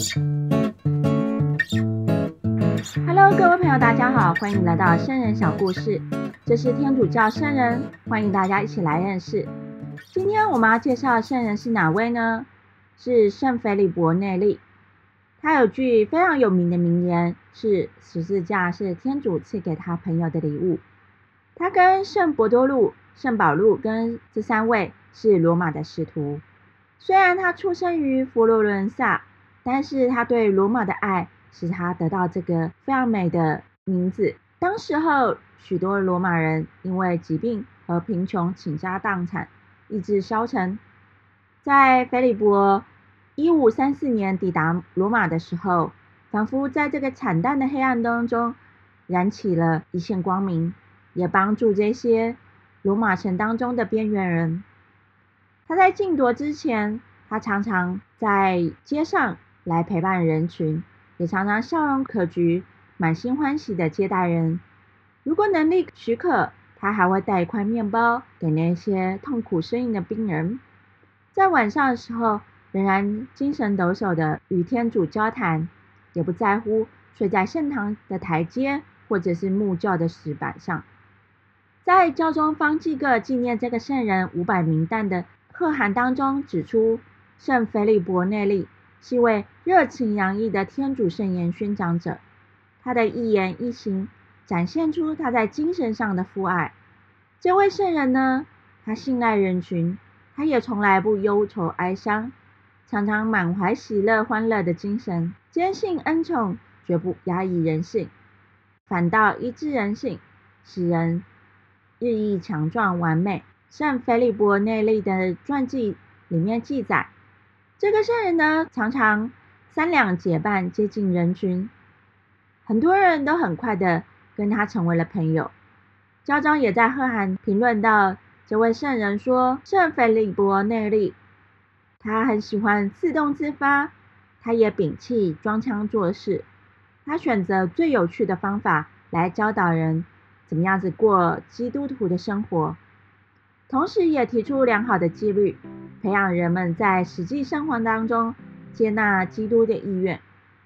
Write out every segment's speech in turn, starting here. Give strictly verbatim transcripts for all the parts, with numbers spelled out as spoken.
Hello， 各位朋友，大家好，欢迎来到圣人小故事。这是天主教圣人，欢迎大家一起来认识。今天我们要介绍的圣人是哪位呢？是圣斐理伯内利。他有句非常有名的名言，是十字架是天主赐给他朋友的礼物。他跟圣伯多禄、圣保禄跟这三位是罗马的使徒。虽然他出生于佛罗伦萨，但是他对罗马的爱使他得到这个非常美的名字。当时候许多罗马人因为疾病和贫穷倾家荡产，意志消沉。在斐理伯一五三四年抵达罗马的时候，仿佛在这个惨淡的黑暗当中燃起了一线光明，也帮助这些罗马城当中的边缘人。他在进铎之前，他常常在街上来陪伴人群，也常常笑容可掬，满心欢喜地接待人。如果能力许可，他还会带一块面包给那些痛苦呻吟的病人。在晚上的时候，仍然精神抖擞地与天主交谈，也不在乎睡在圣堂的台阶或者是木教的石板上。在教宗方济各纪念这个圣人五百名单的贺函当中指出，圣斐理伯内利是一位热情洋溢的天主圣言宣讲者。他的一言一行展现出他在精神上的父爱。这位圣人呢，他信赖人群，他也从来不忧愁哀伤，常常满怀喜乐欢乐的精神，坚信恩宠，绝不压抑人性，反倒医治人性，使人日益强壮完美。圣斐理伯内利的传记里面记载，这个圣人呢，常常三两结伴接近人群，很多人都很快的跟他成为了朋友。教宗也在贺函评论到这位圣人说，圣斐理伯内利他很喜欢自动自发，他也摒弃装腔作势，他选择最有趣的方法来教导人怎么样子过基督徒的生活，同时也提出良好的纪律，培养人们在实际生活当中接纳基督的意愿。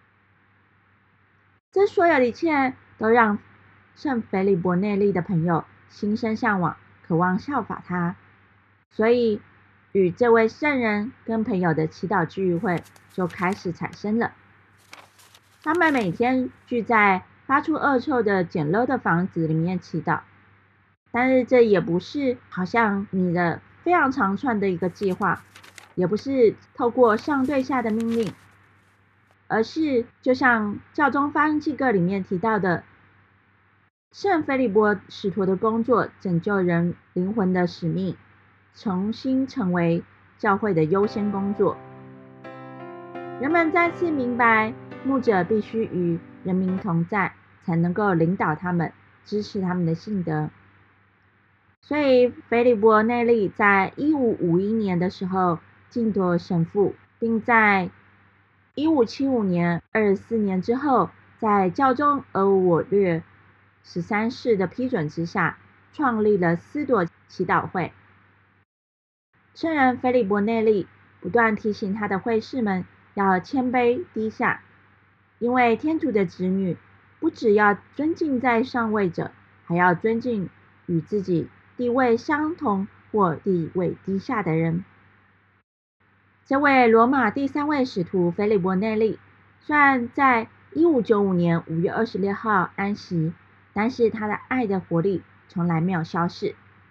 这所有的一切都让圣斐理伯内利的朋友心生向往，渴望效法他，所以与这位圣人跟朋友的祈祷聚会就开始产生了。他们每天聚在发出恶臭的简陋的房子里面祈祷，但是这也不是好像你的非常长串的一个计划，也不是透过上对下的命令，而是就像教宗方济各里面提到的，圣斐理伯使徒的工作拯救人灵魂的使命，重新成为教会的优先工作。人们再次明白，牧者必须与人民同在，才能够领导他们，支持他们的信德。所以斐理伯内利在一五五一年的时候晋铎神父，并在一五七五年二十四年之后，在教宗额我略十三世的批准之下，创立了司铎祈祷会。圣人斐理伯内利不断提醒他的会士们要谦卑低下，因为天主的子女不只要尊敬在上位者，还要尊敬与自己地位相同或地位低下的人。这位罗马第三位使徒斐理伯内利，虽然在一五九五年五月二十六号安息，但是他的爱的活力从来没有消逝。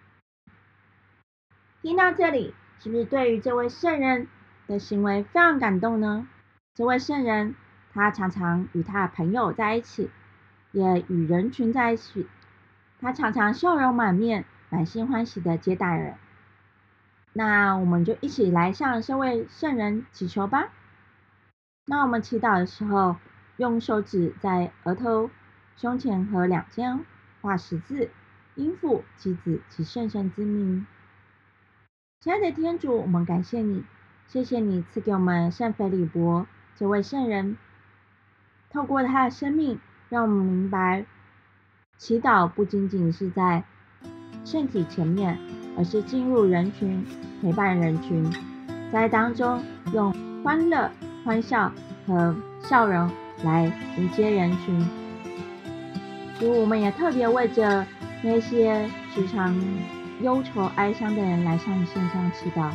听到这里，是不是对于这位圣人的行为非常感动呢？这位圣人，他常常与他的朋友在一起，也与人群在一起，他常常笑容满面，满心欢喜的接待人。那我们就一起来向这位圣人祈求吧。那我们祈祷的时候，用手指在额头、胸前和两肩画十字，应父及子及圣神之名。亲爱的天主，我们感谢你，谢谢你赐给我们圣斐理伯这位圣人，透过他的生命，让我们明白，祈祷不仅仅是在圣体前面，而是进入人群，陪伴人群，在当中用欢乐、欢笑和笑容来迎接人群。主，我们也特别为着那些时常忧愁哀伤的人来向你献上祈祷，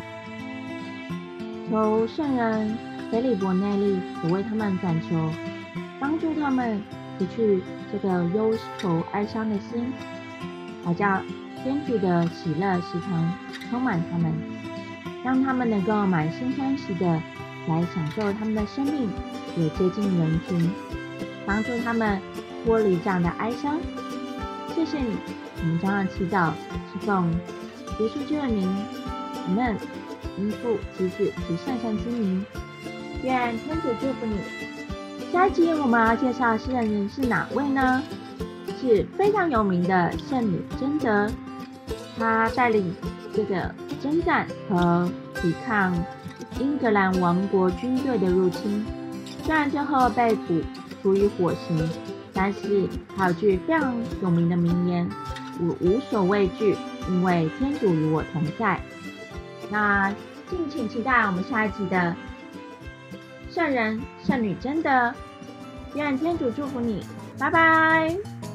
求圣人腓利伯内利也为他们转求，帮助他们除去这个忧愁哀伤的心，好叫天主的喜乐时常充满他们，让他们能够满心欢喜的来享受他们的生命，也接近人群，帮助他们脱离这样的哀伤。谢谢你，我们这样的祈祷是奉耶稣基督的名，阿们。因父及子及圣神之名，愿天主祝福你。下一集我们要介绍的诗人是哪位呢？是非常有名的圣女贞德，她带领这个征战和抵抗英格兰王国军队的入侵，虽然最后被捕处以火刑，但是她有句非常有名的名言：我无所畏惧，因为天主与我同在。那敬请期待我们下一集的圣人圣女贞德，愿天主祝福你，拜拜。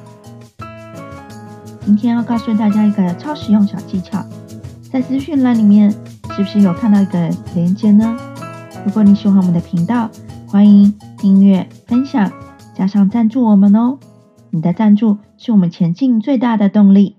今天要告诉大家一个超实用小技巧，在资讯栏里面是不是有看到一个连结呢？如果你喜欢我们的频道，欢迎订阅、分享，加上赞助我们哦。你的赞助是我们前进最大的动力。